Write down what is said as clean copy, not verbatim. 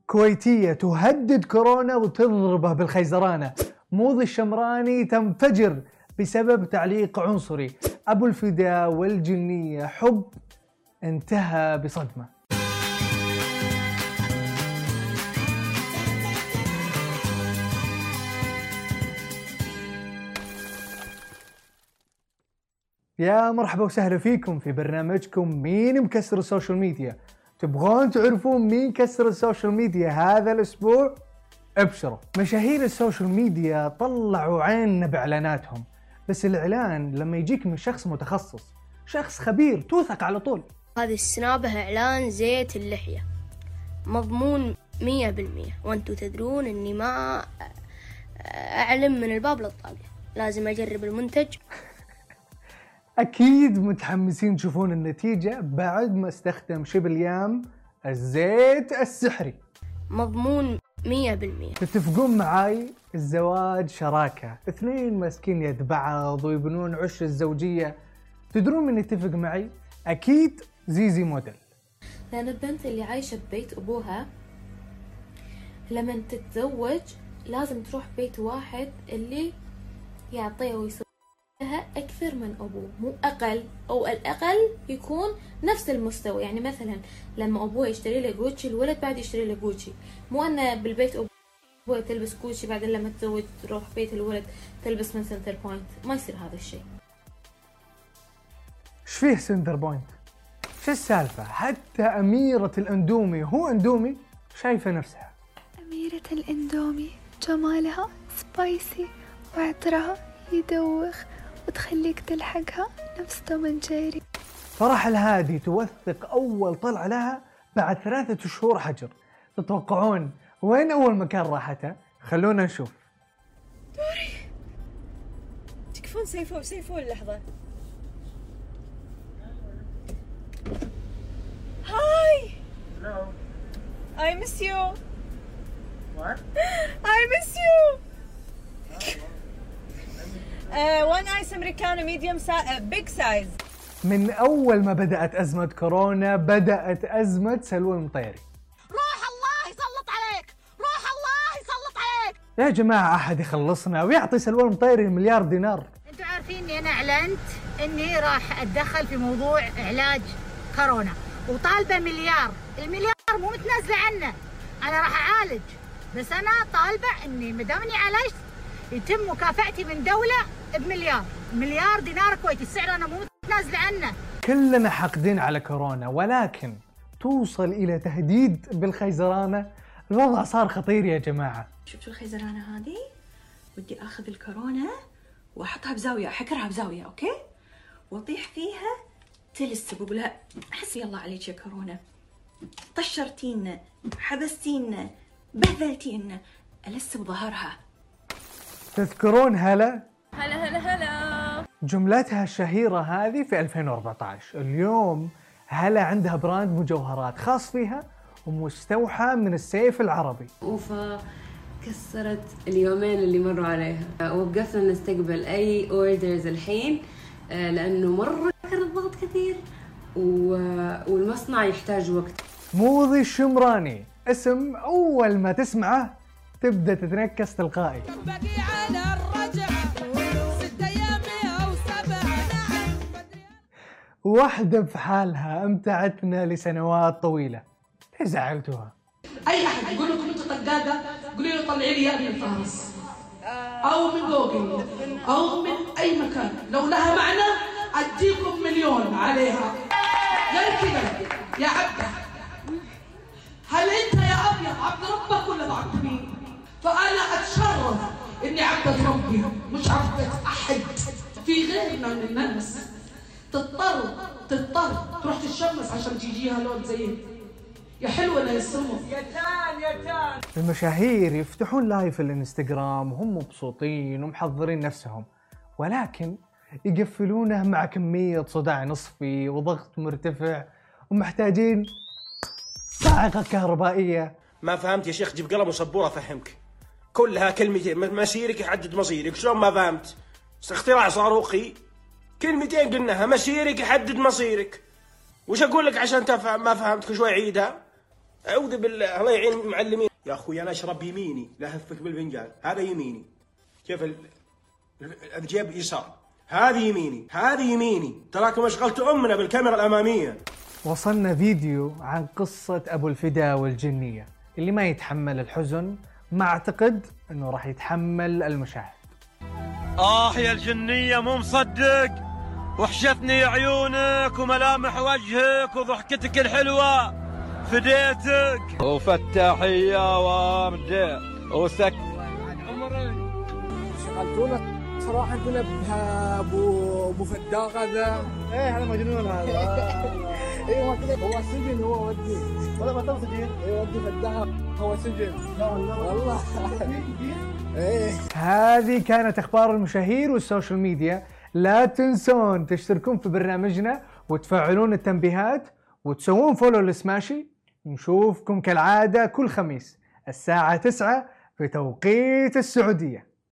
كويتية تهدد كورونا وتضربه بالخيزرانة. موضي الشمراني تنفجر بسبب تعليق عنصري. أبو الفداء والجنية حب انتهى بصدمة. يا مرحبا وسهلا فيكم في برنامجكم مين مكسر السوشيال ميديا. تبغون تعرفون مين كسر السوشيال ميديا هذا الأسبوع؟ ابشروا، مشاهير السوشيال ميديا طلعوا عيننا بإعلاناتهم، بس الإعلان لما يجيك من شخص متخصص، شخص خبير توثق على طول. هذه السنابة إعلان زيت اللحية، مضمون 100%، وانتوا تدرون اني ما أعلم من الباب للطاقة، لازم أجرب المنتج. أكيد متحمسين تشوفون النتيجة بعد ما استخدم شبليام الزيت السحري، مضمون 100%. تتفقون معاي؟ الزواج شراكة، اثنين ماسكين يد بعض ويبنون عش الزوجية. تدرون من يتفق معي؟ أكيد زيزي موديل، لأن البنت اللي عايشة ببيت أبوها لما تتزوج لازم تروح بيت واحد اللي يعطيها ويسويها أكثر من أبوه، مو أقل، أو الأقل يكون نفس المستوى. يعني مثلا لما أبوه يشتري له جوتشي، الولد بعد يشتري له جوتشي، مو أن بالبيت أبوه تلبس جوتشي بعدين لما تتزوج تروح بيت الولد تلبس من سنتر بوينت. ما يصير هذا الشيء. ايش فيه سنتر بوينت؟ شو السالفة؟ حتى أميرة الأندومي هو أندومي شايفة نفسها أميرة الأندومي، جمالها سبايسي وعطرها يدوخ وتخليك تلحقها نفس توم اند جيري. فرح الهادي توثق أول طلعة لها بعد 3 شهور حجر. تتوقعون وين أول مكان راحتها؟ خلونا نشوف. دوري تكفون سيفون لحظة. هاي. Hello. I miss you. What? I miss you. One ice americano medium big size. من أول ما بدأت أزمة كورونا بدأت أزمة سلوى المطيري. روح الله يسلط عليك، روح الله يسلط عليك. يا جماعة أحد يخلصنا ويعطي سلوى المطيري $1,000,000. انتوا عارفين اني انا اعلنت اني راح اتدخل في موضوع علاج كورونا وطالبه مليار. المليار مو متنازله عنه، انا راح اعالج، بس انا طالبه اني مدام اني عالجت يتم مكافأتي من دولة بمليار دينار كويتي. السعر انا مو متنازله عنه. كلنا حاقدين على كورونا، ولكن توصل إلى تهديد بالخيزرانة. الوضع صار خطير يا جماعة. شفتوا الخيزرانة هذه؟ ودي اخذ الكورونا واحطها بزاوية، احكرها بزاوية، اوكي؟ واطيح فيها تلس، بقول لها حسبي الله عليك يا كورونا، طشرتينا، حبستينا، بهذلتينا، ألس بظهرها. تذكرون هلا؟ هلا جملتها الشهيرة هذه في 2014. اليوم هلا عندها براند مجوهرات خاص فيها ومستوحى من السيف العربي. وفا كسرت اليومين اللي مروا عليها، وقفنا نستقبل أي اوردرز الحين لأنه مرة كان الضغط كثير والمصنع يحتاج وقت. موضي الشمراني، اسم أول ما تسمعه تبدأ تتنكس تلقائي. واحدة بحالها امتعتنا لسنوات طويلة، ليه زعلتوها؟ أي أحد يقول لكم أنتوا طقاقة قولي له طلعي لي ابن الفارس أو من جوجل أو من أي مكان، لو لها معنى أديكم مليون عليها. غير كذا يا عبده، هل أنت يا أبيض عبد ربك ولا عبد مين؟ فأنا أتشرف إني عبدة ربي مش عبدة أحد. في غيرنا من الناس تضطر تروح تتشمس عشان تجيها لون زين. يا حلوة لا يسموا يا تان. المشاهير يفتحون لايف الانستغرام وهم مبسوطين ومحضرين نفسهم، ولكن يقفلونه مع كمية صداع نصفي وضغط مرتفع ومحتاجين صاعقة كهربائية. ما فهمت يا شيخ، جيب قلم وسبورة افهمك. كلها كلمتين، مسيرك يحدد مصيرك. شلون ما فهمت؟ اختراع صاروخي. كلمتين قلناها، مسيرك يحدد مصيرك. وش اقول لك عشان تفهم؟ ما فهمت، كل شوي عيدها. اعوذ بالله، الله يعين المعلمين. يا اخوي انا اشرب يميني، لا هفك بالفنجان، هذا يميني. كيف الجيب يسار، هذه يميني، هذه يميني. تراكم اشغلت امنا بالكاميرا الاماميه. وصلنا فيديو عن قصة ابو الفداء والجنية. اللي ما يتحمل الحزن ما اعتقد انه راح يتحمل المشاهد. يا الجنية مو مصدق، وحشتني عيونك وملامح وجهك وضحكتك الحلوة، فديتك وفتحية وامجد وسك عمري شغلتونا صراحة. انتوا ابو فداء هذا. ايه هذا مجنون هذا. ايوه كذا هو سجن، هو ودي ولا ما تم سجن. ايوه ودي فداء هو سجن. لا والله ايه. هذه كانت اخبار المشاهير والسوشيال ميديا. لا تنسون تشتركون في برنامجنا وتفعلون التنبيهات وتسوون فولو لسماشي. نشوفكم كالعادة كل خميس الساعة 9 في توقيت السعودية.